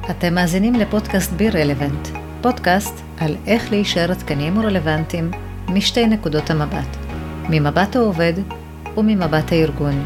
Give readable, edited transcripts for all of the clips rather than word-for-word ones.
אתם מאזינים לפודקאסט בי רלוונט, פודקאסט על איך להישאר עדכניים ורלוונטיים משתי נקודות המבט, ממבט העובד וממבט הארגון.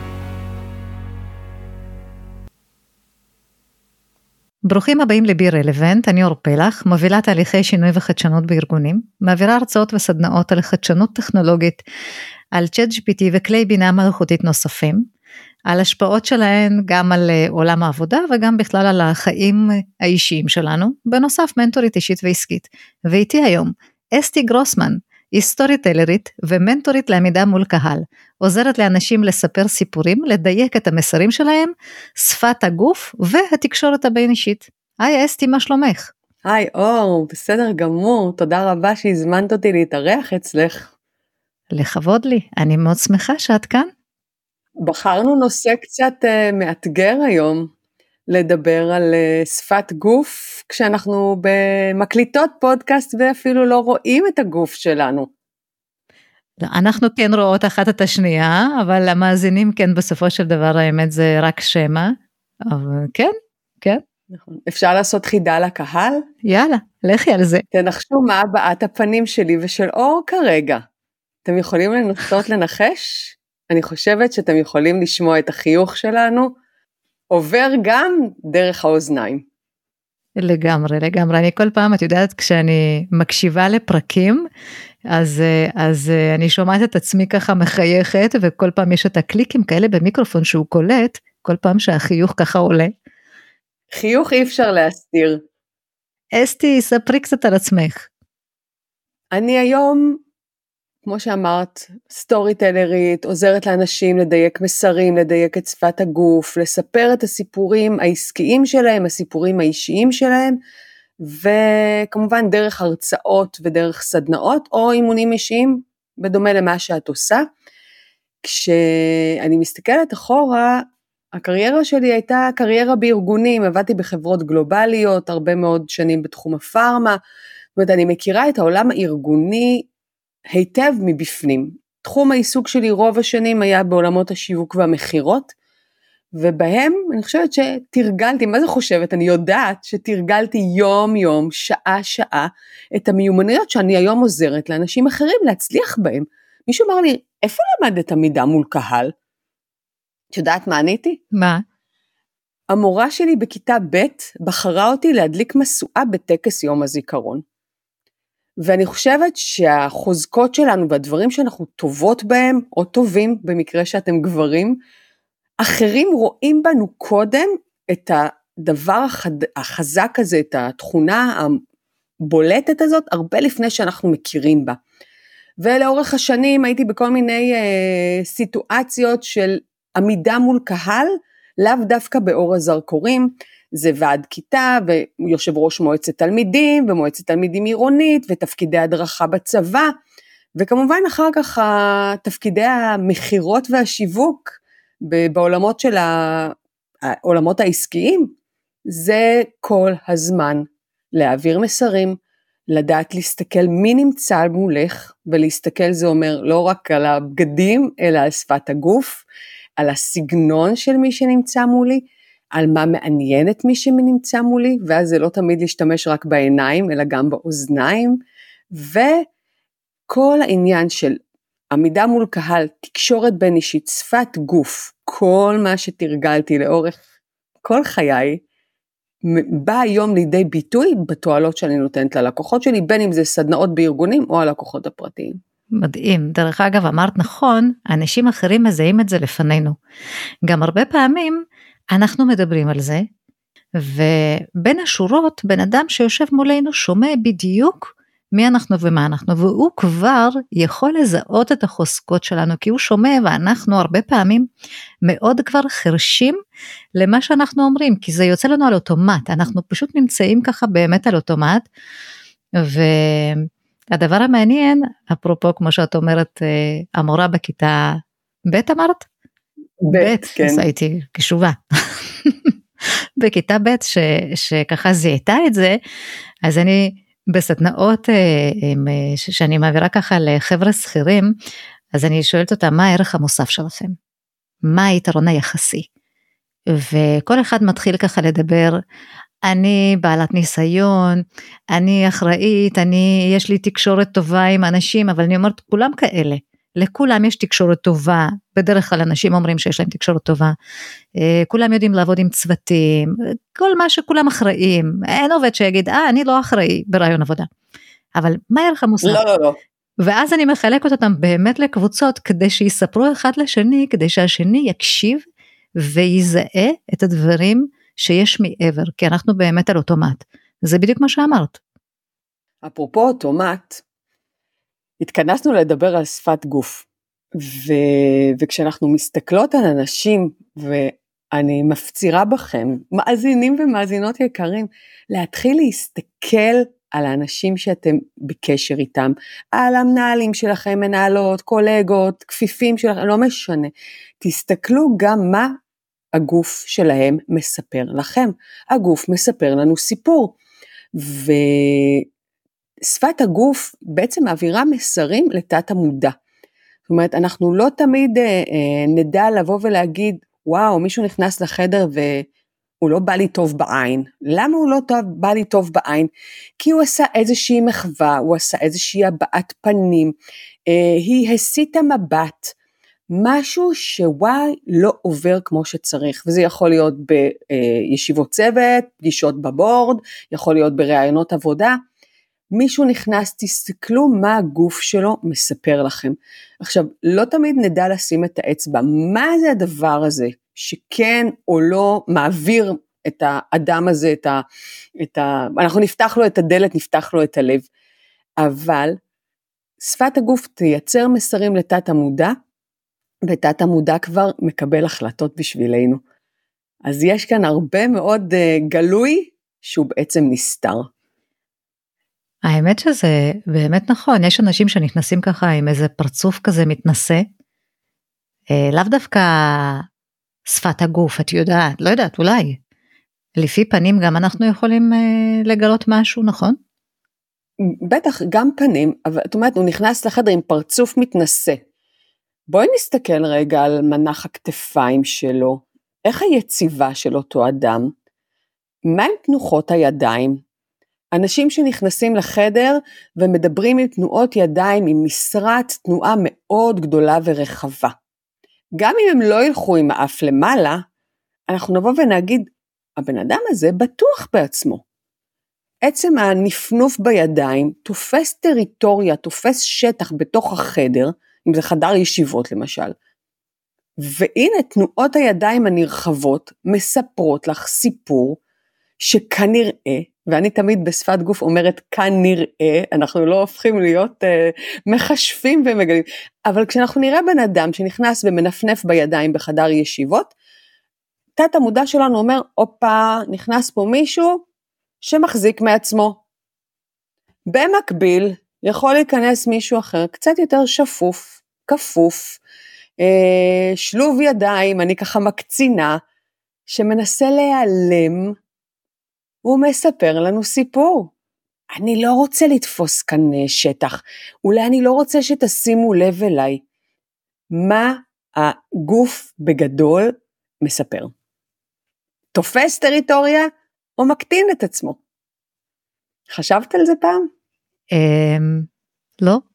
ברוכים הבאים לבי רלוונט, אני אור פלח, מובילה תהליכי שינוי וחדשנות בארגונים, מעבירה הרצאות וסדנאות על חדשנות טכנולוגית, על ChatGPT וכלי בינה מלאכותית נוספים, על השפעות שלהן גם על עולם העבודה וגם בכלל על החיים האישיים שלנו, בנוסף מנטורית אישית ועסקית. ואיתי היום, אסתי גרוסמן, היא סטוריטלרית ומנטורית לעמידה מול קהל, עוזרת לאנשים לספר סיפורים, לדייק את המסרים שלהם, שפת הגוף והתקשורת הבין אישית. היי אסתי, מה שלומך? היי אור, בסדר גמור, תודה רבה שהזמנת אותי להתארח אצלך. לכבוד לי, אני מאוד שמחה שאת כאן. בחרנו נושא קצת מאתגר היום, לדבר על שפת גוף, כשאנחנו במקליטות פודקאסט ואפילו לא רואים את הגוף שלנו. אנחנו כן רואות אחת את השנייה, אבל המאזינים כן בסופו של דבר האמת זה רק שמה, אבל כן, כן. נכון. אפשר לעשות חידה לקהל? יאללה, לכי על זה. תנחשו מה הבעת הפנים שלי ושל אור כרגע. אתם יכולים לנסות לנחש? אני חושבת שאתם יכולים לשמוע את החיוך שלנו, עובר גם דרך האוזניים. לגמרי, לגמרי. אני כל פעם, את יודעת, כשאני מקשיבה לפרקים, אז אני שומעת את עצמי ככה מחייכת, וכל פעם יש את הקליקים כאלה במיקרופון שהוא קולט, כל פעם שהחיוך ככה עולה. חיוך אי אפשר להסתיר. אסתי, ספרי קצת על עצמך. אני היום, כמו שאמרת, סטורי טלרית, עוזרת לאנשים לדייק מסרים, לדייק את שפת הגוף, לספר את הסיפורים העסקיים שלהם, הסיפורים האישיים שלהם, וכמובן דרך הרצאות ודרך סדנאות, או אימונים אישיים, בדומה למה שאת עושה. כשאני מסתכלת אחורה, הקריירה שלי הייתה קריירה בארגונים, עבדתי בחברות גלובליות, הרבה מאוד שנים בתחום הפארמה, זאת אומרת, אני מכירה את העולם הארגוני, היטב מבפנים. תחום העיסוק שלי רוב השנים היה בעולמות השיווק והמחירות, ובהם אני חושבת שתרגלתי, מה זה חושבת? אני יודעת שתרגלתי יום יום, שעה שעה, את המיומנויות שאני היום עוזרת לאנשים אחרים להצליח בהם. מישהו אמר לי, איפה למדת עמידה מול קהל? את יודעת מה עניתי? מה? המורה שלי בכיתה ב' בחרה אותי להדליק משואה בטקס יום הזיכרון. ואני חושבת שהחוזקות שלנו והדברים שאנחנו טובות בהם, או טובים במקרה שאתם גברים, אחרים רואים בנו קודם את הדבר החזק הזה, את התכונה הבולטת הזאת, הרבה לפני שאנחנו מכירים בה. ולאורך השנים הייתי בכל מיני סיטואציות של עמידה מול קהל, לאו דווקא באור הזרקורים, זה ועד כיתה ויושב ראש מועצת תלמידים ומועצת תלמידים עירונית ותפקידי הדרכה בצבא, וכמובן אחר כך תפקידי המחירות והשיווק בעולמות של העולמות העסקיים, זה כל הזמן להעביר מסרים, לדעת להסתכל מי נמצא מולך, ולהסתכל זה אומר לא רק על הבגדים אלא על שפת הגוף, על הסגנון של מי שנמצא מולי, על מה מעניין את מי שנמצא מולי, ואז זה לא תמיד להשתמש רק בעיניים, אלא גם באוזניים, וכל העניין של עמידה מול קהל, תקשורת בין אישית, שפת גוף, כל מה שתרגלתי לאורך כל חיי, בא היום לידי ביטוי בתועלות שאני נותנת ללקוחות שלי, בין אם זה סדנאות בארגונים או הלקוחות הפרטיים. מדהים, דרך אגב אמרת נכון, אנשים אחרים מזהים את זה לפנינו, גם הרבה פעמים אנחנו מדברים על זה, ובין השורות בן אדם שיושב מולנו שומע בדיוק מי אנחנו ומה אנחנו, והוא כבר יכול לזהות את החוזקות שלנו, כי הוא שומע ואנחנו הרבה פעמים מאוד כבר חרשים למה שאנחנו אומרים, כי זה יוצא לנו על אוטומט, אנחנו פשוט נמצאים ככה באמת על אוטומט, והדבר המעניין, אפרופו כמו שאת אומרת, המורה בכיתה ב' אמרת? ב', כן. אז הייתי קשובה. בכיתה ב' שככה זיהתה את זה, אז אני בסדנאות שאני מעבירה ככה לחבר'ה שכירים, אז אני שואלת אותם מה הערך המוסף שלכם? מה היתרון היחסי? וכל אחד מתחיל ככה לדבר אני בעלת ניסיון, אני אחראית, יש לי תקשורת טובה עם אנשים, אבל אני אומרת, כולם כאלה, לכולם יש תקשורת טובה, בדרך כלל אנשים אומרים שיש להם תקשורת טובה, כולם יודעים לעבוד עם צוותים, כל מה שכולם אחראים, אין עובד שיגיד, אני לא אחראי ברעיון עבודה, אבל מה יהיה לך מושג? לא. ואז אני מחלקת אותם באמת לקבוצות, כדי שיספרו אחד לשני, כדי שהשני יקשיב, ויזהה את הדברים שיש מעבר, כי אנחנו באמת על אוטומט. זה בדיוק מה שאמרת. אפרופו אוטומט, התכנסנו לדבר על שפת גוף, וכשאנחנו מסתכלות על אנשים, ואני מפצירה בכם, מאזינים ומאזינות יקרים, להתחיל להסתכל על האנשים שאתם בקשר איתם, על המנהלים שלכם, מנהלות, קולגות, כפיפים שלכם, לא משנה, תסתכלו גם מה הגוף שלהם מספר לכם, הגוף מספר לנו סיפור, ושפת הגוף בעצם מעבירה מסרים לתת המודע, זאת אומרת אנחנו לא תמיד נדע לבוא ולהגיד, וואו מישהו נכנס לחדר והוא לא בא לי טוב בעין, למה הוא לא בא לי טוב בעין? כי הוא עשה איזושהי מחווה, הוא עשה איזושהי הבעת פנים, היא הסיטה מבט, משהו שוואי לא עובר כמו שצריך, וזה יכול להיות בישיבות צוות, פגישות בבורד, יכול להיות בראיונות עבודה, מישהו נכנס, תסתכלו מה הגוף שלו מספר לכם. עכשיו, לא תמיד נדע לשים את האצבע, מה זה הדבר הזה, שכן או לא מעביר את האדם הזה, אנחנו נפתח לו את הדלת, נפתח לו את הלב, אבל שפת הגוף תייצר מסרים לתת המודע, ותת המודע כבר מקבל החלטות בשבילנו. אז יש כאן הרבה מאוד גלוי, שהוא בעצם נסתר. האמת שזה באמת נכון, יש אנשים שנכנסים ככה עם איזה פרצוף כזה מתנשא, לאו דווקא שפת הגוף, את יודעת, לא יודעת, אולי, לפי פנים גם אנחנו יכולים לגלות משהו, נכון? בטח, גם פנים, אבל זאת אומרת, הוא נכנס לחדר עם פרצוף מתנשא, בואי נסתכל רגע על מנח הכתפיים שלו, איך היציבה של אותו אדם, מה עם תנוחות הידיים, אנשים שנכנסים לחדר ומדברים עם תנועות ידיים, עם משרת תנועה מאוד גדולה ורחבה. גם אם הם לא ילכו עם האף למעלה, אנחנו נבוא ונגיד, הבן אדם הזה בטוח בעצמו. עצם הנפנוף בידיים, תופס טריטוריה, תופס שטח בתוך החדר, אם זה חדר ישיבות למשל. והנה תנועות הידיים הנרחבות מספרות לך סיפור שכנראה, ואני תמיד בשפת גוף אומרת כנראה, אנחנו לא הופכים להיות מחשבים ומגלים, אבל כשאנחנו נראה בן אדם שנכנס ומנפנף בידיים בחדר ישיבות, תת המודע שלנו אומר, אופה, נכנס פה מישהו שמחזיק מעצמו. במקביל, יכול להיכנס מישהו אחר, קצת יותר שפוף, כפוף, שלוב ידיים, אני ככה מקצינה, שמנסה להיעלם, הוא מספר לנו סיפור. אני לא רוצה לתפוס כאן שטח, אולי אני לא רוצה שתשימו לב אליי. מה הגוף בגדול מספר? תופס טריטוריה או מקטין את עצמו? חשבת על זה פעם? לא.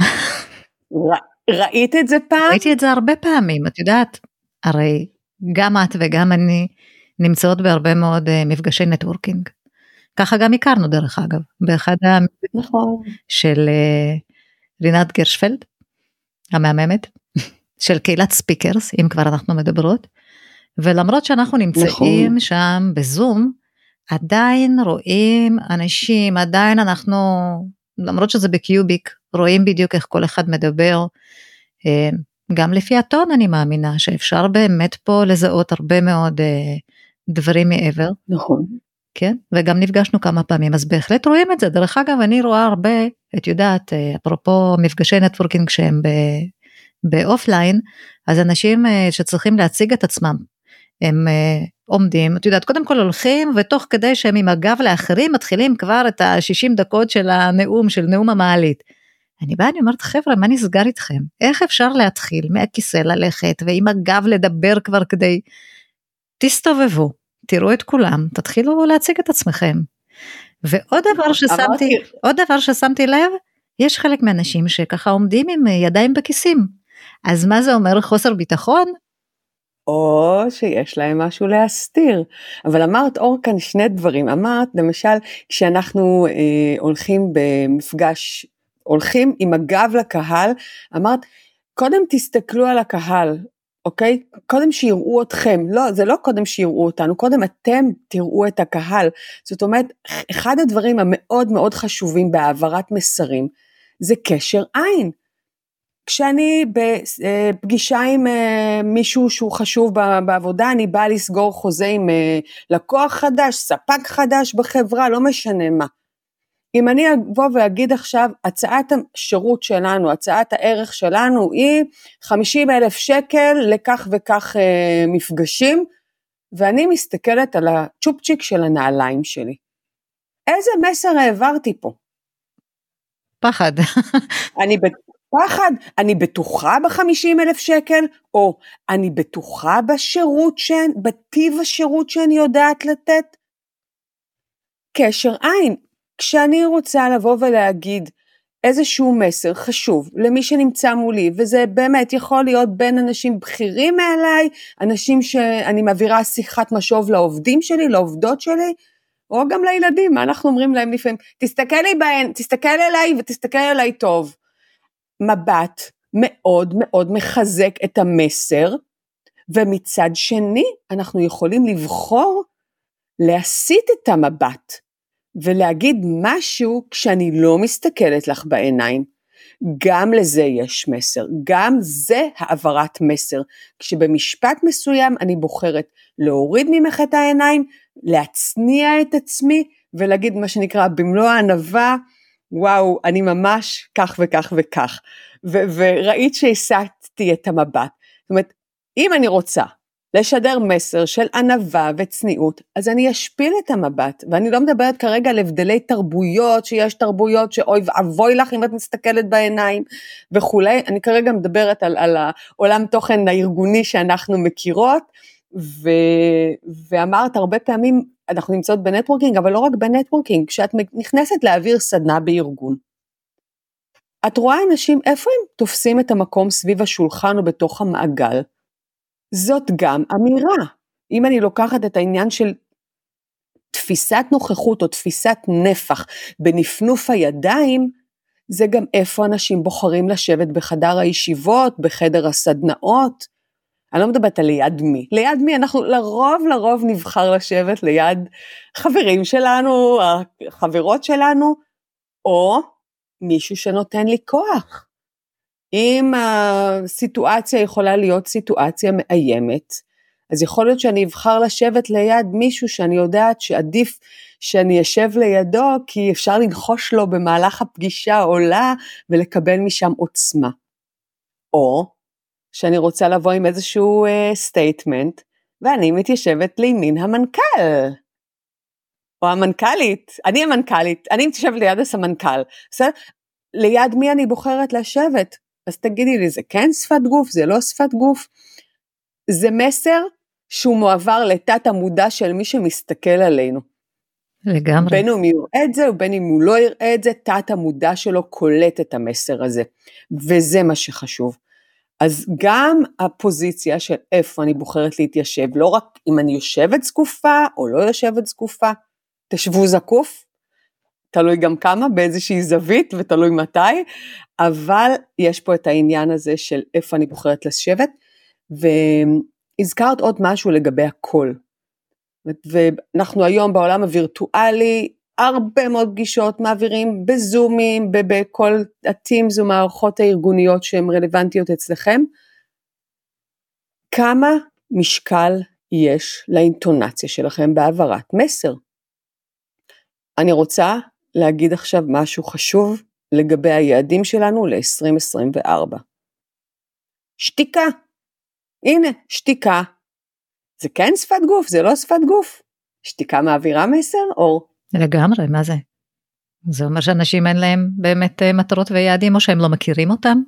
ראית את זה פעם? ראיתי את זה הרבה פעמים, את יודעת, הרי גם את וגם אני נמצאות בהרבה מאוד מפגשי נטוורקינג. ככה גם הכרנו דרך אגב, באחד נכון. של רינת גרשפלד, המהממת, של קהילת ספיקרס, אם כבר אנחנו מדברות, ולמרות שאנחנו נמצאים נכון. שם בזום, עדיין רואים אנשים, עדיין אנחנו, למרות שזה בקיוביק, רואים בדיוק איך כל אחד מדבר, גם לפי הטון אני מאמינה, שאפשר באמת פה לזהות הרבה מאוד דברים מעבר. נכון. כן, וגם נפגשנו כמה פעמים, אז בהחלט רואים את זה, דרך אגב אני רואה הרבה, את יודעת, אפרופו מפגשי נטוורקינג שהם באופליין, אז אנשים שצריכים להציג את עצמם, הם עומדים, את יודעת, קודם כל הולכים, ותוך כדי שהם עם הגב לאחרים, מתחילים כבר את ה-60 דקות של הנאום, של נאום המעלית. אני באה, אני אומרת, חבר'ה, מה נסגר איתכם? איך אפשר להתחיל מהכיסא ללכת, ועם הגב לדבר כבר כדי, תסתובבו, תראו את כולם, תתחילו להציג את עצמכם. ועוד דבר ששמתי לב, יש חלק מהאנשים שככה עומדים עם ידיים בכיסים, אז מה זה אומר? חוסר ביטחון? או שיש להם משהו להסתיר. אבל אמרת אור כאן שני דברים, אמרת למשל כשאנחנו הולכים במפגש, הולכים עם הגב לקהל, אמרת קודם תסתכלו על הקהל, אוקיי? קודם שיראו אתכם, לא, זה לא קודם שיראו אותנו, קודם אתם תראו את הקהל. זאת אומרת, אחד הדברים המאוד מאוד חשובים בהעברת מסרים, זה קשר עין. כשאני בפגישה עם מישהו שהוא חשוב בעבודה, אני באה לסגור חוזה עם לקוח חדש, ספק חדש בחברה, לא משנה מה. אם אני אבוא ואגיד עכשיו, הצעת השירות שלנו, הצעת הערך שלנו היא 50,000 שקל לכך וכך מפגשים, ואני מסתכלת על הצ'ופצ'יק של הנעליים שלי. איזה מסר העברתי פה? פחד. פחד, אני בטוחה ב50,000 שקל, או אני בטוחה בשירות בטיב השירות שאני יודעת לתת. קשר עין, כשאני רוצה לבוא ולהגיד איזשהו מסר חשוב למי שנמצא מולי, וזה באמת יכול להיות בין אנשים בכירים מעליי, אנשים שאני מעבירה שיחת משוב לעובדים שלי, לעובדות שלי, או גם לילדים, מה אנחנו אומרים להם לפעמים? תסתכל אליי ותסתכל אליי טוב. מבט מאוד מאוד מחזק את המסר, ומצד שני אנחנו יכולים לבחור להסיט את המבט, ולהגיד משהו כשאני לא מסתכלת לך בעיניים. גם לזה יש מסר, גם זה העברת מסר. כשבמשפט מסוים אני בוחרת להוריד ממך את העיניים, להצניע את עצמי, ולהגיד מה שנקרא במלוא הענווה, וואו, אני ממש כך וכך וכך, וראית שהסעתי את המבט. זאת אומרת, אם אני רוצה לשדר מסר של ענווה וצניעות, אז אני אשפיל את המבט, ואני לא מדברת כרגע על הבדלי תרבויות, שיש תרבויות שאוי ואבוי לך אם את מסתכלת בעיניים וכולי, אני כרגע מדברת על העולם תוכן הארגוני שאנחנו מכירות, ואמרת הרבה פעמים, אנחנו נמצאות בנטוורקינג, אבל לא רק בנטוורקינג, כשאת נכנסת להעביר סדנה בארגון, את רואה אנשים, איפה הם תופסים את המקום סביב השולחן או בתוך המעגל? זאת גם אמירה. אם אני לוקחת את העניין של תפיסת נוכחות או תפיסת נפח בנפנוף הידיים, זה גם איפה אנשים בוחרים לשבת בחדר הישיבות, בחדר הסדנאות. אני לא מדברת על ליד מי. ליד מי אנחנו לרוב נבחר לשבת ליד חברים שלנו, החברות שלנו, או מישהו שנותן לי כוח. אם הסיטואציה יכולה להיות סיטואציה מאיימת, אז יכול להיות שאני אבחר לשבת ליד מישהו שאני יודעת שעדיף שאני אשב לידו, כי אפשר לנחוש לו במהלך הפגישה עולה ולקבל משם עוצמה. או שאני רוצה לבוא עם איזשהו סטייטמנט, ואני מתיישבת לימין המנכ"ל, או המנכ"לית, אני המנכ"לית, אני מתיישבת ליד הסמנכ"ל, ליד מי אני בוחרת לשבת? אז תגידי לי, זה כן שפת גוף, זה לא שפת גוף? זה מסר שהוא מועבר לתת המודע של מי שמסתכל עלינו. לגמרי. בין אם הוא יראה את זה, ובין אם הוא לא יראה את זה, תת המודע שלו קולט את המסר הזה, וזה מה שחשוב. אז גם הפוזיציה של איפה אני בוחרת להתיישב, לא רק אם אני יושבת זקופה, או לא יושבת זקופה, תשבו זקוף, תלוי גם כמה, באיזושהי זווית, ותלוי מתי, אבל יש פה את העניין הזה של איפה אני בוחרת לשבת, והזכרת עוד משהו לגבי הקול, ואנחנו היום בעולם הווירטואלי, הרבה מאוד פגישות מעבירים בזומים, בכל הטימס ומערכות הארגוניות שהן רלוונטיות אצלכם, כמה משקל יש לאינטונציה שלכם בהעברת מסר? אני רוצה להגיד עכשיו משהו חשוב לגבי היעדים שלנו ל-2024. שתיקה. הנה, שתיקה. זה כן שפת גוף, זה לא שפת גוף. שתיקה מעבירה מסר, אור? לגמרי, מה זה? זה אומר שאנשים אין להם באמת מטרות ויעדים, או שהם לא מכירים אותם?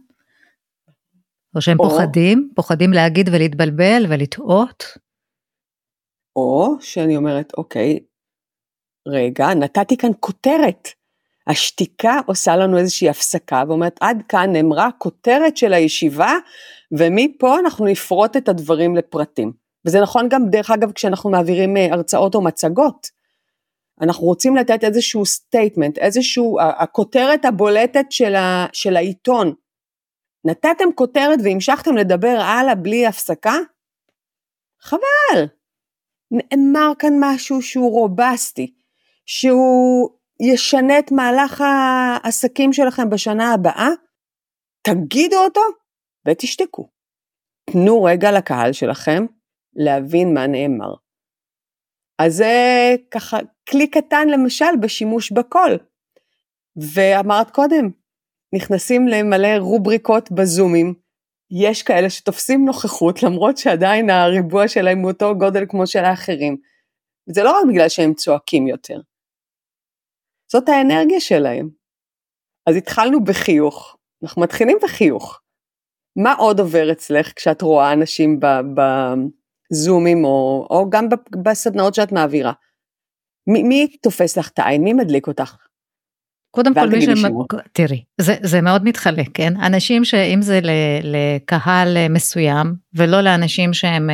או שהם פוחדים להגיד ולהתבלבל ולטעות? או שאני אומרת, אוקיי, רגע, נתתי כאן כותרת, השתיקה עושה לנו איזושהי הפסקה, ואומרת, עד כאן נאמרה כותרת של הישיבה, ומפה אנחנו נפרוט את הדברים לפרטים. וזה נכון גם דרך אגב כשאנחנו מעבירים הרצאות או מצגות, אנחנו רוצים לתת איזשהו סטייטמנט, הכותרת הבולטת של העיתון, נתתם כותרת והמשכתם לדבר הלאה בלי הפסקה, חבל, נאמר כאן משהו שהוא רובסטי, שהוא ישנה את מהלך העסקים שלכם בשנה הבאה, תגידו אותו ותשתקו. תנו רגע לקהל שלכם להבין מה נאמר. אז זה ככה כלי קטן למשל בשימוש בקול. ואמרת קודם, נכנסים למלא רובריקות בזומים, יש כאלה שתופסים נוכחות, למרות שעדיין הריבוע שלהם הוא אותו גודל כמו של האחרים. זה לא רק בגלל שהם צועקים יותר. זאת האנרגיה שלהם. אז התחלנו בחיוך, אנחנו מתחילים בחיוך. מה עוד עובר אצלך כשאת רואה אנשים בזומים או גם בסדנאות שאת מעבירה? מי תופס לך את העין? מי מדליק אותך? קודם כל, תראי, זה מאוד מתחלק, כן? אנשים שאם זה לקהל מסוים, ולא לאנשים שהם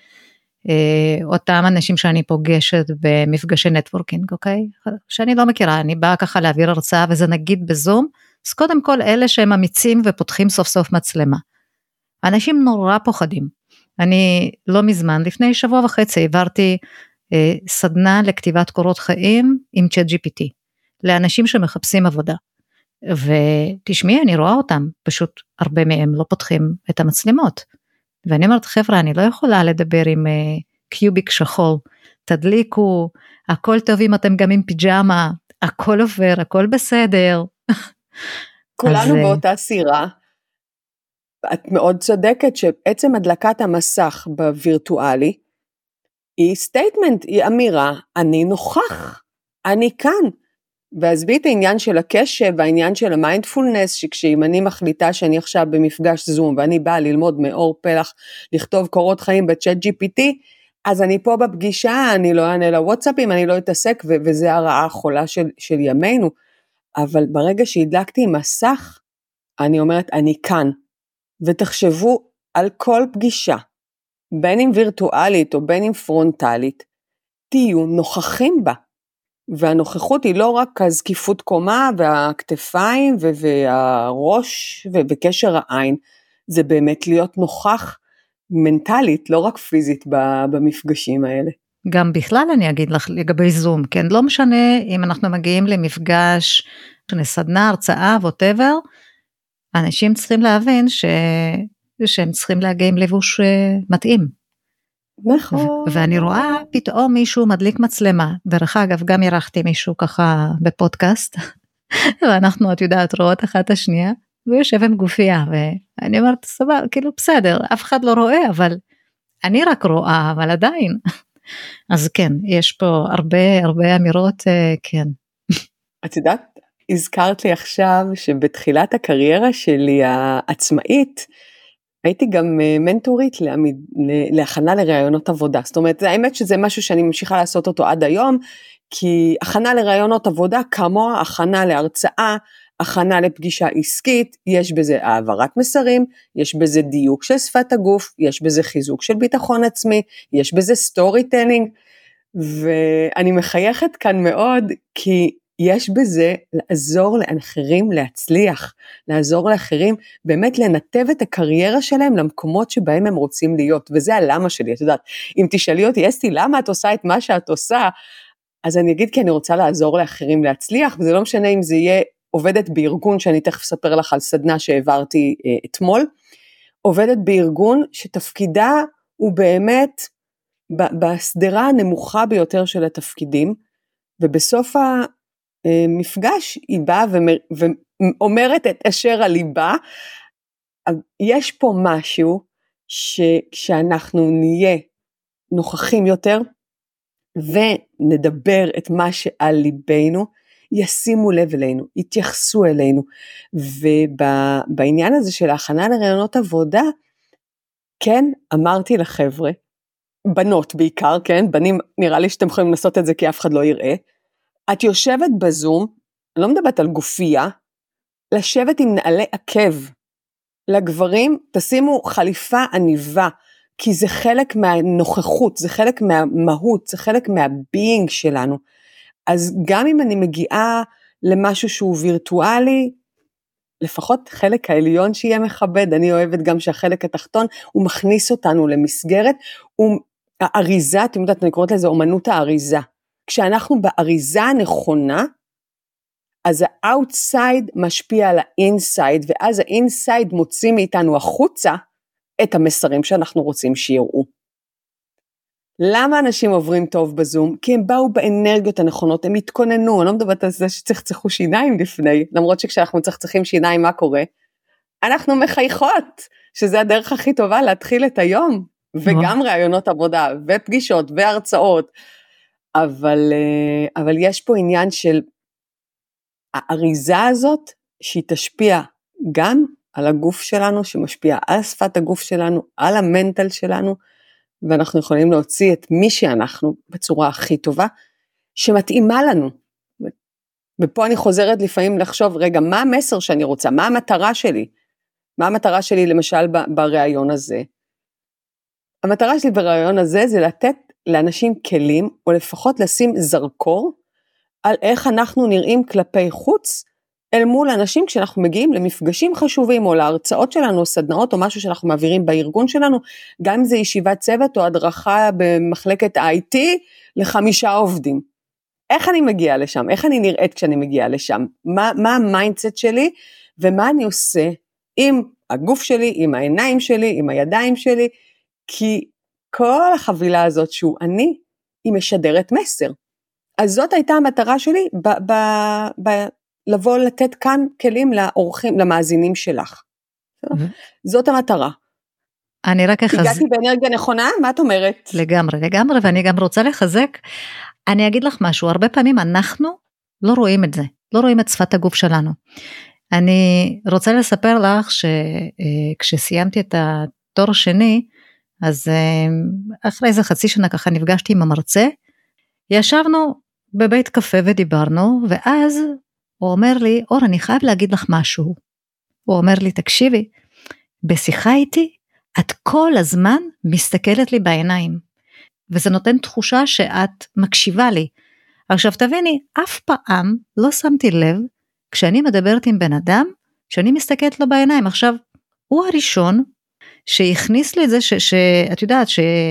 אותם אנשים שאני פוגשת במפגשי נטוורקינג, אוקיי? שאני לא מכירה, אני באה ככה להעביר הרצאה, וזה נגיד בזום, אז קודם כל אלה שהם אמיצים ופותחים סוף סוף מצלמה. אנשים נורא פוחדים. אני לא מזמן, לפני שבוע וחצי, העברתי סדנה לכתיבת קורות חיים עם ChatGPT. לאנשים שמחפשים עבודה, ותשמעי, אני רואה אותם, פשוט הרבה מהם לא פותחים את המצלמות, ואני אומרת, חבר'ה, אני לא יכולה לדבר עם קיוביק שחול, תדליקו, הכל טוב אם אתם גם עם פיג'מה, הכל עובר, הכל בסדר. כולנו באותה סירה, את מאוד צודקת שעצם הדלקת המסך בווירטואלי, היא סטייטמנט, היא אמירה, אני נוכח, אני כאן, ועזבי את העניין של הקשב, והעניין של המיינדפולנס, שכשאם אני מחליטה שאני עכשיו במפגש זום, ואני באה ללמוד מאור פלח, לכתוב קורות חיים בצ'אט GPT, אז אני פה בפגישה, אני לא אענה לוואטסאפים, אני לא אתעסק, וזה הרעה החולה של ימינו, אבל ברגע שהדלקתי מסך, אני אומרת, אני כאן, ותחשבו על כל פגישה, בין אם וירטואלית או בין אם פרונטלית, תהיו נוכחים בה, והנוכחות היא לא רק הזקיפות קומה והכתפיים והראש ובקשר העין, זה באמת להיות נוכח מנטלית, לא רק פיזית במפגשים האלה. גם בכלל אני אגיד לך לגבי זום, כן, לא משנה אם אנחנו מגיעים למפגש, סדנה, הרצאה, whatever, אנשים צריכים להבין שהם צריכים להגיע עם לבוש מתאים. נכון. ואני רואה פתאום מישהו מדליק מצלמה, דרך אגב גם ירחתי מישהו ככה בפודקאסט, ואנחנו את יודעת רואות אחת השנייה, והוא יושב עם גופייה, ואני אומרת סבבה, כאילו בסדר, אף אחד לא רואה, אבל אני רק רואה, אבל עדיין, אז כן, יש פה הרבה אמירות, כן. את יודעת, הזכרת לי עכשיו, שבתחילת הקריירה שלי העצמאית, הייתי גם מנטורית להכנה לרעיונות עבודה, זאת אומרת, האמת שזה משהו שאני ממשיכה לעשות אותו עד היום, כי הכנה לרעיונות עבודה, כמו הכנה להרצאה, הכנה לפגישה עסקית, יש בזה העברת מסרים, יש בזה דיוק של שפת הגוף, יש בזה חיזוק של ביטחון עצמי, יש בזה סטורי טלינג, ואני מחייכת כאן מאוד, כי יש בזה לעזור לאחרים להצליח, לעזור לאחרים באמת לנתב את הקריירה שלהם למקומות שבהם הם רוצים להיות, וזה הלמה שלי, את יודעת, אם תשאלי אותי, אסתי, למה את עושה את מה שאת עושה, אז אני אגיד כי אני רוצה לעזור לאחרים להצליח, וזה לא משנה אם זה יהיה עובדת בארגון, שאני תכף אספר לך על סדנה שהעברתי אתמול, עובדת בארגון שתפקידה הוא באמת בסדרה הנמוכה ביותר של התפקידים, ובסוף מפגש היא באה ואומרת את אשר על ליבה, יש פה משהו שכשאנחנו נהיה נוכחים יותר, ונדבר את מה שעל ליבנו, ישימו לב אלינו, יתייחסו אלינו, ובעניין הזה של ההכנה לרעיונות עבודה, כן אמרתי לחבר'ה, בנות בעיקר, כן? בנים, נראה לי שאתם יכולים לעשות את זה כי אף אחד לא יראה. את יושבת בזום, אני לא מדברת על גופייה, לשבת עם נעלי עקב. לגברים, תשימו חליפה עניבה, כי זה חלק מהנוכחות, זה חלק מהמהות, זה חלק מהביינג שלנו. אז גם אם אני מגיעה למשהו שהוא וירטואלי, לפחות חלק העליון שיהיה מכבד, אני אוהבת גם שהחלק התחתון, הוא מכניס אותנו למסגרת, האריזה, אתם יודעת, אני קוראת לזה אומנות האריזה. כשאנחנו באריזה הנכונה, אז האוטסייד משפיע על האינסייד, ואז האינסייד מוציא מאיתנו החוצה את המסרים שאנחנו רוצים שיראו. למה אנשים עוברים טוב בזום? כי הם באו באנרגיות הנכונות, הם התכוננו, אני לא מדברת על זה שצחצחו שיניים לפני, למרות שכשאנחנו צחצחים שיניים מה קורה? אנחנו מחייכות, שזה הדרך הכי טובה להתחיל את היום, וגם רעיונות עבודה, ופגישות, והרצאות, אבל יש פה עניין של האריזה הזאת, שהיא תשפיע גם על הגוף שלנו, שמשפיע על שפת הגוף שלנו, על המנטל שלנו, ואנחנו יכולים להוציא את מי שאנחנו בצורה הכי טובה, שמתאימה לנו. ופה אני חוזרת לפעמים לחשוב, רגע, מה המסר שאני רוצה? מה המטרה שלי? מה המטרה שלי למשל ברעיון הזה? המטרה שלי ברעיון הזה זה לתת לאנשים כלים, או לפחות לשים זרקור, על איך אנחנו נראים כלפי חוץ, אל מול אנשים כשאנחנו מגיעים למפגשים חשובים, או להרצאות שלנו, או סדנאות, או משהו שאנחנו מעבירים בארגון שלנו, גם אם זה ישיבת צוות, או הדרכה במחלקת IT, ל5 עובדים. איך אני מגיעה לשם? איך אני נראית כשאני מגיעה לשם? מה המיינדסט שלי, ומה אני עושה עם הגוף שלי, עם העיניים שלי, עם הידיים שלי, כי כל החבילה הזאת שהוא אני, היא משדרת מסר. אז זאת הייתה המטרה שלי, לבוא לתת כאן כלים לאורחים, למאזינים שלך. זאת המטרה. אני רק הגעתי באנרגיה נכונה? מה את אומרת? לגמרי, ואני גם רוצה לחזק. אני אגיד לך משהו, הרבה פעמים אנחנו לא רואים את זה, לא רואים את שפת הגוף שלנו. אני רוצה לספר לך שכשסיימתי את התואר שני, אז אחרי איזה חצי שנה ככה נפגשתי עם המרצה, ישבנו בבית קפה ודיברנו, ואז הוא אומר לי, אור, אני חייב להגיד לך משהו. הוא אומר לי, תקשיבי, בשיחה איתי, את כל הזמן מסתכלת לי בעיניים, וזה נותן תחושה שאת מקשיבה לי. עכשיו תביני, אף פעם לא שמתי לב, כשאני מדברת עם בן אדם, שאני מסתכלת לו בעיניים. עכשיו, הוא הראשון שהכניס לי את זה, שאת יודעת,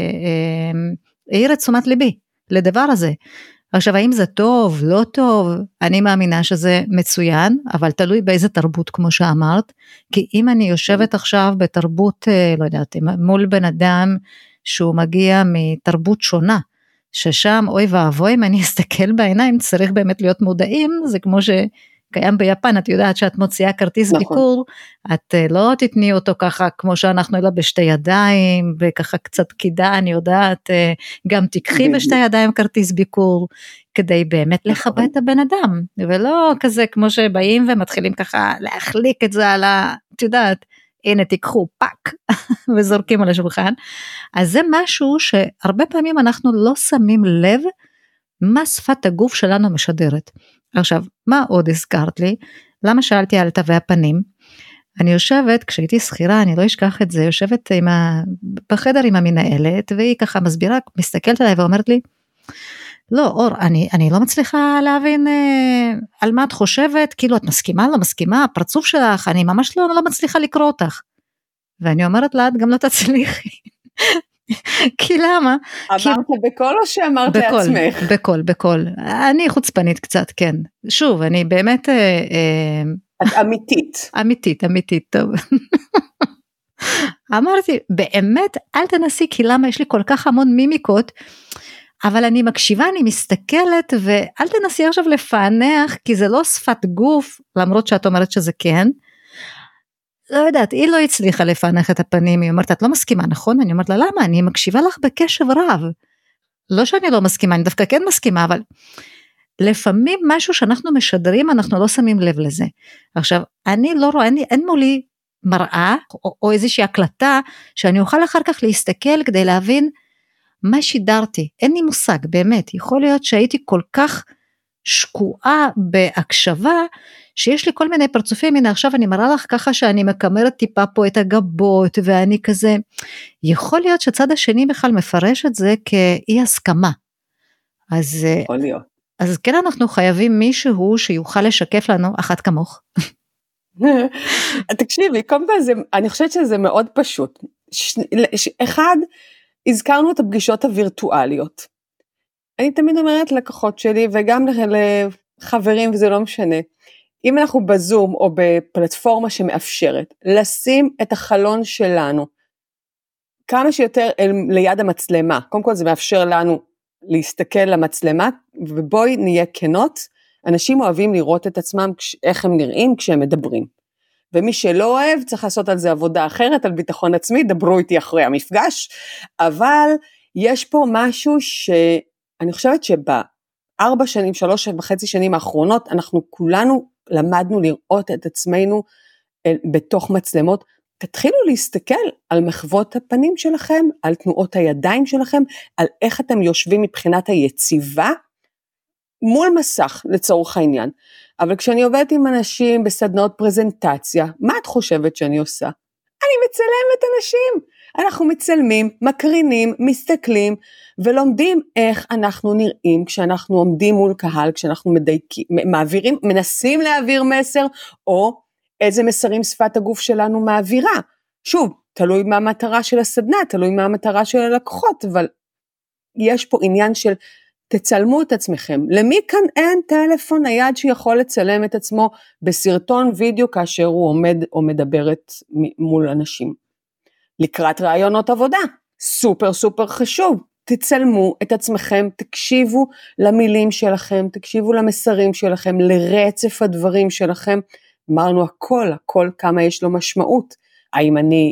שהעיר את תשומת ליבי לדבר הזה. עכשיו, האם זה טוב, לא טוב? אני מאמינה שזה מצוין, אבל תלוי באיזה תרבות, כמו שאמרת, כי אם אני יושבת עכשיו בתרבות, לא יודעת, מול בן אדם שהוא מגיע מתרבות שונה, ששם, אוי ואבוי, אם אני אסתכל בעיניים, צריך באמת להיות מודעים, זה כמו שקיים ביפן, את יודעת שאת מוציאה כרטיס ביקור, את לא תתני אותו ככה, כמו שאנחנו אלא בשתי ידיים, וככה קצת קידה, אני יודעת, גם תיקחי בשתי ידיים כרטיס ביקור, כדי באמת לכבד את הבן אדם, ולא כזה כמו שבאים ומתחילים ככה להחליק את זה על את יודעת, הנה תיקחו פאק, וזורקים על השולחן. אז זה משהו שהרבה פעמים אנחנו לא שמים לב, מה שפת הגוף שלנו משדרת. עכשיו, מה עוד הזכרת לי? למה שאלתי על תווי הפנים? אני יושבת, כשהייתי שכירה, אני לא אשכח את זה, יושבת בחדר עם המנהלת, והיא ככה מסבירה, מסתכלת עליי ואומרת לי, לא, אור, אני לא מצליחה להבין על מה את חושבת, כאילו את מסכימה, לא מסכימה, הפרצוף שלך, אני ממש לא מצליחה לקרוא אותך. ואני אומרת לה, את גם לא תצליחי. כי למה? אמרת בקול או שאמרת לעצמך? בקול. אני חוצפנית קצת, כן. שוב, אני באמת... את אמיתית. אמיתית, טוב. אמרתי, באמת, אל תנסי, כי למה יש לי כל כך המון מימיקות, אבל אני מקשיבה, אני מסתכלת, ואל תנסי עכשיו לפענח, כי זה לא שפת גוף, למרות שאת אומרת שזה כן. לא יודעת, היא לא הצליחה לפענח את הפנים, היא אומרת, את לא מסכימה, נכון? אני אומרת לה, למה? אני מקשיבה לך בקשב רב. לא שאני לא מסכימה, אני דווקא כן מסכימה, אבל לפעמים משהו שאנחנו משדרים, אנחנו לא שמים לב לזה. עכשיו, אני לא רואה, אין מולי מראה, או איזושהי הקלטה, שאני אוכל אחר כך להסתכל כדי להבין, מה שידרתי, אין לי מושג, באמת, יכול להיות שהייתי כל כך שקועה בהקשבה, שיש לי כל מיני פרצופים, הנה עכשיו אני מראה לך ככה שאני מקמרת טיפה פה את הגבות, ואני כזה, יכול להיות שצד השני בכלל מפרש את זה כאי הסכמה, אז, יכול להיות. אז כן אנחנו חייבים מישהו שיוכל לשקף לנו אחת כמוך. תקשיבי, קודם כל אני חושבת שזה מאוד פשוט. אחד, הזכרנו את הפגישות הווירטואליות. אני תמיד אומרת לקוחות שלי וגם לחברים וזה לא משנה. אם אנחנו בזום או בפלטפורמה שמאפשרת, לשים את החלון שלנו כמה שיותר ליד המצלמה. קודם כל זה מאפשר לנו להסתכל למצלמה, ובואי נהיה כנות, אנשים אוהבים לראות את עצמם איך הם נראים כשהם מדברים. ומי שלא אוהב צריך לעשות על זה עבודה אחרת, על ביטחון עצמי, דברו איתי אחרי המפגש, אבל יש פה משהו שאני חושבת ב4 שנים, 3.5 שנים האחרונות, אנחנו כולנו למדנו לראות את עצמנו בתוך מצלמות, תתחילו להסתכל על מחוות הפנים שלכם, על תנועות הידיים שלכם, על איך אתם יושבים מבחינת היציבה, מול מסך לצורך העניין, אבל כשאני עובדת עם אנשים בסדנאות פרזנטציה, מה את חושבת שאני עושה? אני מצלמת אנשים, אנחנו מצלמים, מקרינים, מסתכלים, ולומדים איך אנחנו נראים כשאנחנו עומדים מול קהל, כשאנחנו מעבירים, מנסים להעביר מסר, או איזה מסרים שפת הגוף שלנו מעבירה. שוב, תלוי מה המטרה של הסדנה, תלוי מה המטרה של הלקוחות, אבל יש פה עניין של תצלמו את עצמכם. למי כאן אין טלפון נייד שיכול לצלם את עצמו בסרטון וידאו כאשר הוא עומד או מדברת מול אנשים? לקראת רעיונות עבודה, סופר סופר חשוב. תצלמו את עצמכם, תקשיבו למילים שלכם, תקשיבו למסרים שלכם, לרצף הדברים שלכם. אמרנו הכל כמה יש לו משמעות. האם אני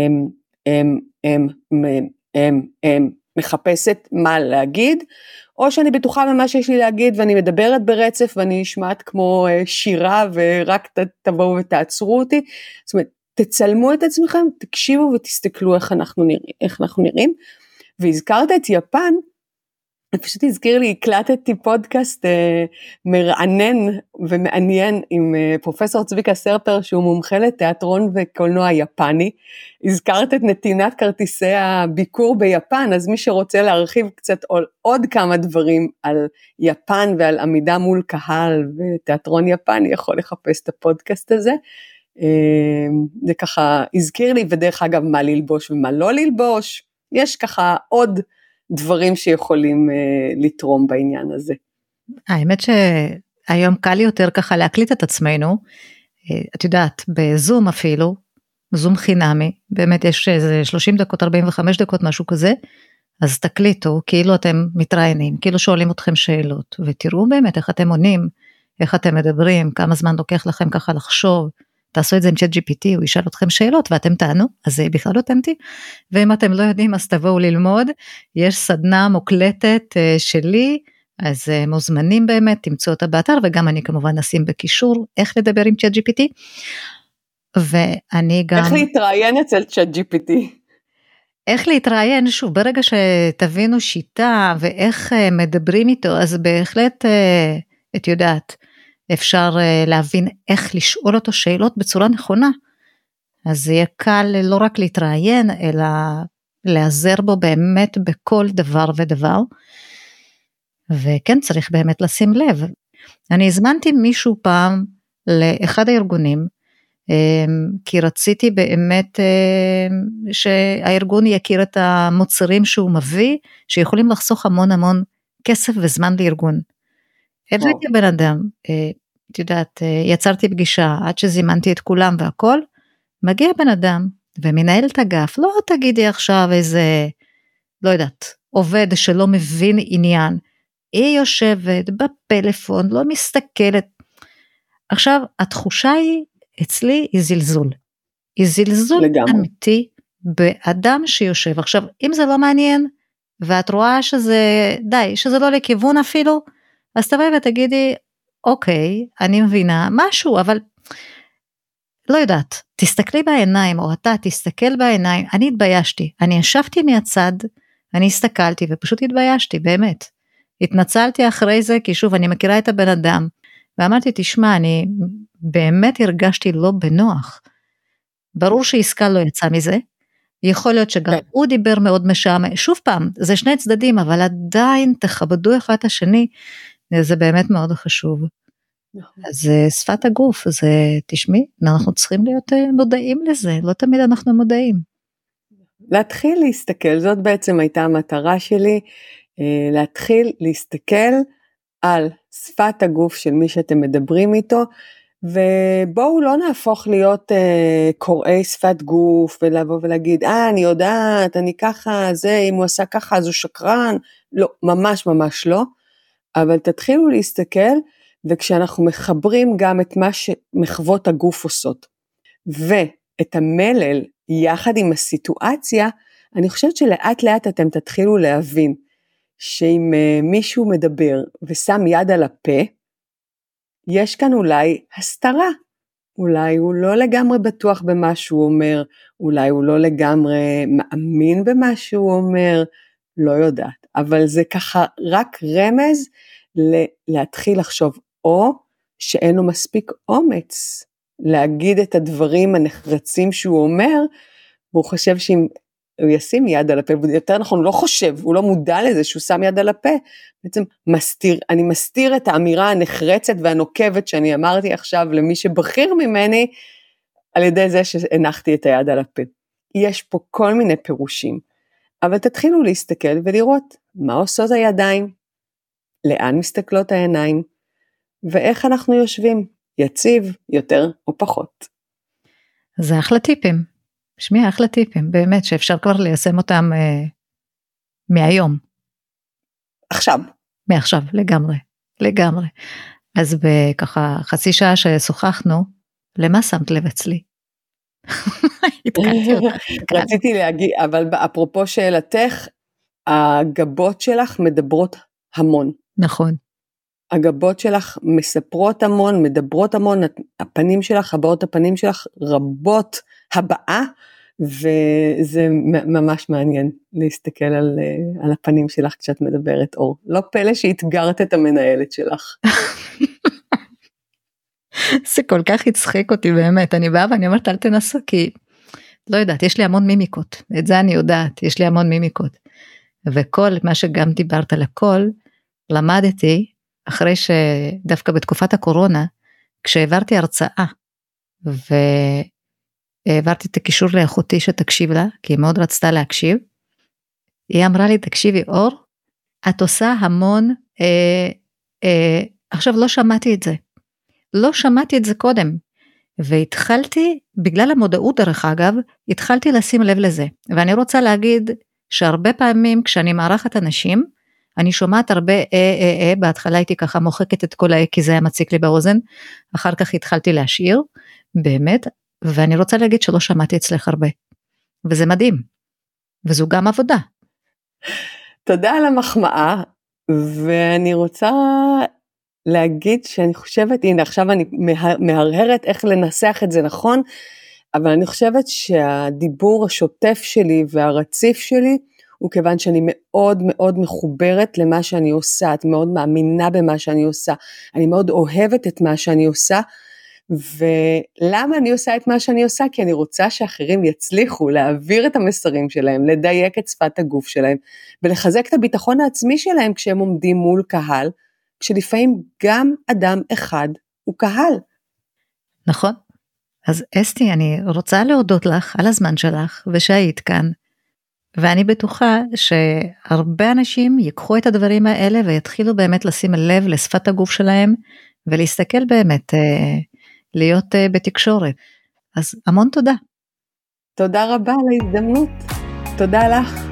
מחפשת מה להגיד, או שאני בטוחה במה שיש לי להגיד, ואני מדברת ברצף, ואני נשמעת כמו שירה, ורק תבואו ותעצרו אותי. זאת אומרת, תצלמו את עצמכם, תקשיבו ותסתכלו איך אנחנו נראים. והזכרת את יפן, פשוט הזכיר לי, הקלטתי פודקאסט מרענן ומעניין עם פרופסור צביקה סרפר, שהוא מומחה לתיאטרון וקולנוע יפני. הזכרת את נתינת כרטיסי הביקור ביפן, אז מי שרוצה להרחיב קצת עוד כמה דברים על יפן ועל עמידה מול קהל ותיאטרון יפני, יכול לחפש את הפודקאסט הזה. זה ככה הזכיר לי, ודרך אגב מה ללבוש ומה לא ללבוש, יש ככה עוד דברים שיכולים לתרום בעניין הזה. האמת שהיום קל לי יותר ככה להקליט את עצמנו, את יודעת, בזום אפילו, זום חינמי, באמת יש איזה 30 דקות, 45 דקות, משהו כזה, אז תקליטו, כאילו אתם מתראיינים, כאילו שואלים אתכם שאלות, ותראו באמת איך אתם עונים, איך אתם מדברים, כמה זמן לוקח לכם ככה לחשוב, תעשו את זה עם ChatGPT, הוא ישאל אתכם שאלות, ואתם תענו, אז זה בכלל אותנטי, ואם אתם לא יודעים, אז תבואו ללמוד, יש סדנה מוקלטת שלי, אז מוזמנים באמת, תמצאו אותה באתר, וגם אני כמובן נשים בקישור, איך לדבר עם ChatGPT, ואני גם... איך להתראיין אצל ChatGPT? איך להתראיין, שוב, ברגע שתבינו שיטה, ואיך מדברים איתו, אז בהחלט, את יודעת, אפשר להבין איך לשאול אותו שאלות בצורה נכונה, אז זה יהיה קל לא רק להתראיין, אלא להיעזר בו באמת בכל דבר ודבר, וכן צריך באמת לשים לב. אני הזמנתי מישהו פעם לאחד הארגונים, כי רציתי באמת שהארגון יכיר את המוצרים שהוא מביא, שיכולים לחסוך המון המון כסף וזמן לארגון. הבאתי בן אדם, את יודעת, יצרתי פגישה, עד שזימנתי את כולם והכל, מגיע בן אדם, ומנהל את אגף, לא תגידי עכשיו איזה, לא יודעת, עובד שלא מבין עניין, היא יושבת בפלאפון, לא מסתכלת, עכשיו התחושה היא, אצלי היא זלזול, היא זלזול לגמרי. אמיתי, באדם שיושב, עכשיו אם זה לא מעניין, ואת רואה שזה, די, שזה לא לכיוון אפילו, אז תבואי ותגידי, אוקיי, אני מבינה משהו, אבל לא יודעת, תסתכלי בעיניים, או אתה תסתכל בעיניים, אני התביישתי, אני ישבתי מהצד, אני הסתכלתי ופשוט התביישתי, באמת. התנצלתי אחרי זה, כי שוב, אני מכירה את הבן אדם, ואמרתי, תשמע, אני באמת הרגשתי לא בנוח. ברור שעסקה לא יצא מזה, יכול להיות שגם הוא דיבר מאוד משעמם, שוב פעם, זה שני צדדים, אבל עדיין תכבדו אחד את השני, זה באמת מאוד חשוב. אז שפת הגוף, זה, תשמעי, אנחנו צריכים להיות מודעים לזה, לא תמיד אנחנו מודעים. להתחיל להסתכל, זאת בעצם הייתה המטרה שלי, להתחיל להסתכל על שפת הגוף של מי שאתם מדברים איתו, ובואו לא נהפוך להיות קוראי שפת גוף, ולבוא ולהגיד, אני יודעת, אני ככה, זה, אם הוא עשה ככה, אז הוא שקרן, לא, ממש ממש לא, אבל תתחילו להסתכל, וכשאנחנו מחברים גם את מה שמחוות הגוף עושות, ואת המלל יחד עם הסיטואציה, אני חושבת שלאט לאט אתם תתחילו להבין, שאם מישהו מדבר ושם יד על הפה, יש כאן אולי הסתרה, אולי הוא לא לגמרי בטוח במה שהוא אומר, אולי הוא לא לגמרי מאמין במה שהוא אומר, לא יודעת, אבל זה ככה רק רמז להתחיל לחשוב, או שאין לו מספיק אומץ להגיד את הדברים הנחרצים שהוא אומר, והוא חושב שאם הוא ישים יד על הפה, יותר נכון, הוא לא חושב, הוא לא מודע לזה שהוא שם יד על הפה, בעצם אני מסתיר את האמירה הנחרצת והנוקבת שאני אמרתי עכשיו למי שבכיר ממני, על ידי זה שהנחתי את היד על הפה. יש פה כל מיני פירושים, אבל תתחילו להסתכל ולראות מה עושות הידיים, לאן מסתכלות העיניים, ואיך אנחנו יושבים, יציב יותר או פחות. זה אחלה טיפים, שמי אחלה טיפים, באמת שאפשר כבר ליישם אותם מהיום. עכשיו. מעכשיו, לגמרי. אז בככה חצי שעה ששוחחנו, למה שמת לב אצלי? רציתי להגיד, אבל אפרופו שאלתך, הגבות שלך מדברות המון. נכון. הגבות שלך מספרות המון, מדברות המון, הפנים שלך, הבעות הפנים שלך רבות הבאה, וזה ממש מעניין להסתכל על הפנים שלך כשאת מדברת, אור. לא פלא שהתגרת את המנהלת שלך. זה כל כך הצחיק אותי באמת, אני באה ואני אומרת, אל תנסו, כי לא יודעת, יש לי המון מימיקות, את זה אני יודעת, יש לי המון מימיקות, וכל מה שגם דיברת על הכל, למדתי, אחרי שדווקא בתקופת הקורונה, כשהעברתי הרצאה, והעברתי את הקישור לאחותי שתקשיב לה, כי היא מאוד רצתה להקשיב, היא אמרה לי, תקשיבי אור, את עושה המון, עכשיו לא שמעתי את זה קודם, והתחלתי, בגלל המודעות דרך אגב, התחלתי לשים לב לזה, ואני רוצה להגיד, שהרבה פעמים כשאני מערכת אנשים, אני שומעת הרבה בהתחלה הייתי ככה מוחקת את כל כי זה היה מציק לי באוזן, אחר כך התחלתי להשאיר, באמת, ואני רוצה להגיד שלא שמעתי אצלך הרבה, וזה מדהים, וזו גם עבודה. תודה על המחמאה, ואני רוצה להגיד שאני חושבת, הנה עכשיו אני מהרהרת איך לנסח את זה נכון, אבל אני חושבת שהדיבור השוטף שלי והרציף שלי, הוא כיוון שאני מאוד מאוד מחוברת למה שאני עושה, את מאוד מאמינה במה שאני עושה, אני מאוד אוהבת את מה שאני עושה, ולמה אני עושה את מה שאני עושה? כי אני רוצה שאחרים יצליחו להעביר את המסרים שלהם, לדייק את שפת הגוף שלהם, ולחזק את הביטחון העצמי שלהם כשהם עומדים מול קהל, כשלפעמים גם אדם אחד הוא קהל. נכון. אז אסתי, אני רוצה להודות לך על הזמן שלך, ושהיית כאן, ואני בטוחה שהרבה אנשים ייקחו את הדברים האלה, ויתחילו באמת לשים לב לשפת הגוף שלהם, ולהסתכל באמת, להיות בתקשורת. אז המון תודה. תודה רבה על ההזדמנות. תודה לך.